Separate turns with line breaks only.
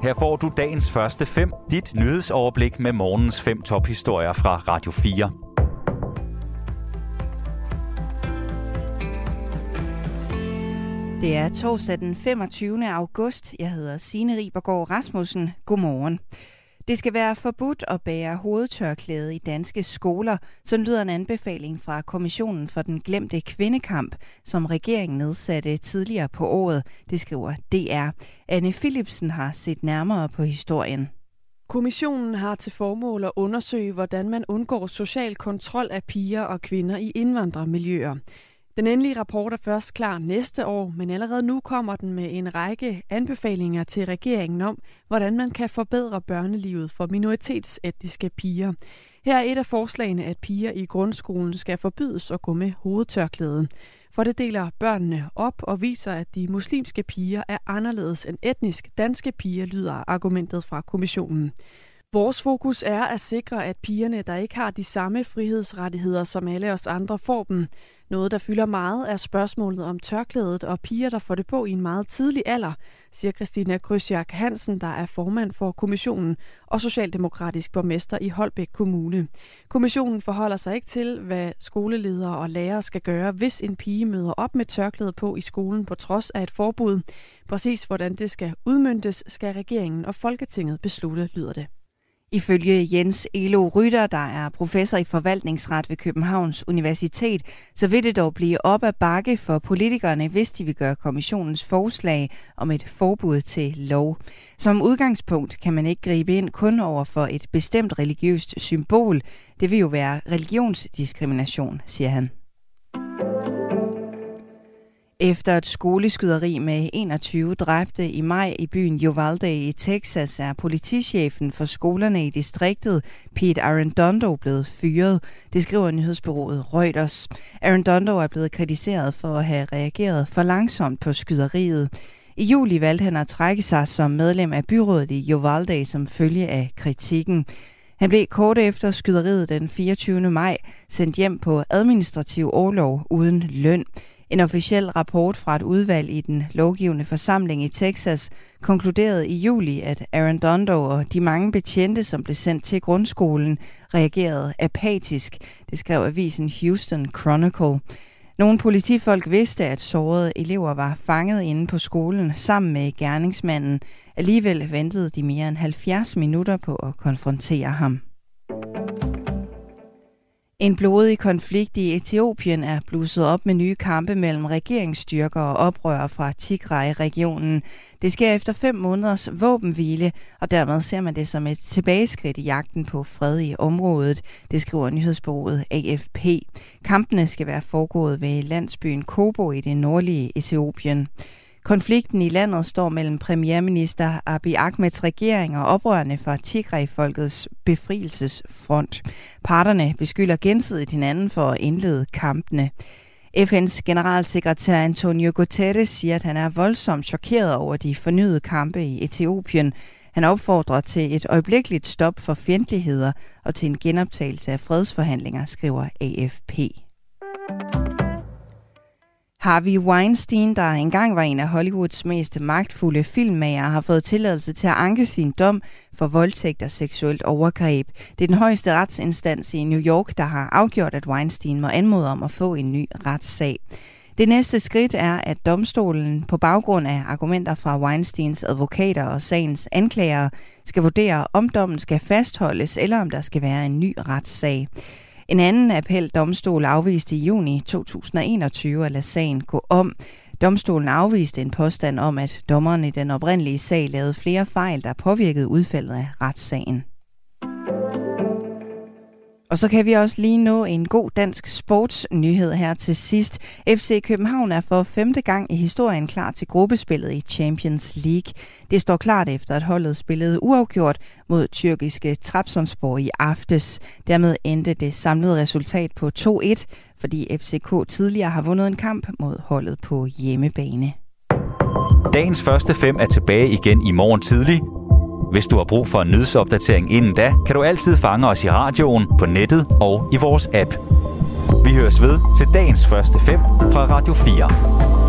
Her får du dagens første 5, dit nyhedsoverblik med morgens 5 tophistorier fra Radio 4.
Det er torsdag den 25. august. Jeg hedder Signe Ribergaard Rasmussen. Godmorgen. Det skal være forbudt at bære hovedtørklæde i danske skoler, så lyder en anbefaling fra Kommissionen for den glemte kvindekamp, som regeringen nedsatte tidligere på året. Det skriver DR. Anne Philipsen har set nærmere på historien.
Kommissionen har til formål at undersøge, hvordan man undgår social kontrol af piger og kvinder i indvandrermiljøer. Den endelige rapport er først klar næste år, men allerede nu kommer den med en række anbefalinger til regeringen om, hvordan man kan forbedre børnelivet for minoritetsetniske piger. Her er et af forslagene, at piger i grundskolen skal forbydes at gå med hovedtørklæde. For det deler børnene op og viser, at de muslimske piger er anderledes end etnisk danske piger, lyder argumentet fra kommissionen. Vores fokus er at sikre, at pigerne, der ikke har de samme frihedsrettigheder som alle os andre, får dem. Noget, der fylder meget, er spørgsmålet om tørklædet og piger, der får det på i en meget tidlig alder, siger Christina Krysjak Hansen, der er formand for kommissionen og socialdemokratisk borgmester i Holbæk Kommune. Kommissionen forholder sig ikke til, hvad skoleledere og lærere skal gøre, hvis en pige møder op med tørklæde på i skolen på trods af et forbud. Præcis hvordan det skal udmøntes, skal regeringen og Folketinget beslutte, lyder det.
Ifølge Jens Elo Rytter, der er professor i forvaltningsret ved Københavns Universitet, så vil det dog blive op ad bakke for politikerne, hvis de vil gøre kommissionens forslag om et forbud til lov. Som udgangspunkt kan man ikke gribe ind kun over for et bestemt religiøst symbol. Det vil jo være religionsdiskrimination, siger han. Efter et skoleskyderi med 21 dræbte i maj i byen Uvalde i Texas, er politichefen for skolerne i distriktet, Pete Arredondo, blevet fyret. Det skriver nyhedsbureauet Reuters. Arredondo er blevet kritiseret for at have reageret for langsomt på skyderiet. I juli valgte han at trække sig som medlem af byrådet i Uvalde som følge af kritikken. Han blev kort efter skyderiet den 24. maj sendt hjem på administrativ orlov uden løn. En officiel rapport fra et udvalg i den lovgivende forsamling i Texas konkluderede i juli, at Arredondo og de mange betjente, som blev sendt til grundskolen, reagerede apatisk. Det skrev avisen Houston Chronicle. Nogle politifolk vidste, at sårede elever var fanget inde på skolen sammen med gerningsmanden. Alligevel ventede de mere end 70 minutter på at konfrontere ham. En blodig konflikt i Etiopien er blusset op med nye kampe mellem regeringsstyrker og oprørere fra Tigray-regionen. Det sker efter 5 måneders våbenhvile, og dermed ser man det som et tilbageskridt i jagten på fred i området. Det skriver nyhedsbureauet AFP. Kampene skal være foregået ved landsbyen Kobo i det nordlige Etiopien. Konflikten i landet står mellem premierminister Abiy Ahmeds regering og oprørerne fra Tigray-folkets befrielsesfront. Parterne beskylder gensidigt hinanden for at indlede kampene. FN's generalsekretær Antonio Guterres siger, at han er voldsomt chokeret over de fornyede kampe i Etiopien. Han opfordrer til et øjeblikkeligt stop for fjendtligheder og til en genoptagelse af fredsforhandlinger, skriver AFP. Harvey Weinstein, der engang var en af Hollywoods mest magtfulde filmmagere, har fået tilladelse til at anke sin dom for voldtægt og seksuelt overgreb. Det er den højeste retsinstans i New York, der har afgjort, at Weinstein må anmode om at få en ny retssag. Det næste skridt er, at domstolen på baggrund af argumenter fra Weinsteins advokater og sagens anklagere skal vurdere, om dommen skal fastholdes eller om der skal være en ny retssag. En anden appeldomstol afviste i juni 2021 at lade sagen gå om. Domstolen afviste en påstand om, at dommeren i den oprindelige sag lavede flere fejl, der påvirkede udfaldet af retssagen. Og så kan vi også lige nå en god dansk sportsnyhed her til sidst. FC København er for 5. gang i historien klar til gruppespillet i Champions League. Det står klart efter, at holdet spillede uafgjort mod tyrkiske Trabzonspor i aftes. Dermed endte det samlede resultat på 2-1, fordi FCK tidligere har vundet en kamp mod holdet på hjemmebane.
Dagens første 5 er tilbage igen i morgen tidlig. Hvis du har brug for en nyhedsopdatering inden da, kan du altid fange os i radioen, på nettet og i vores app. Vi høres ved til dagens første 5 fra Radio 4.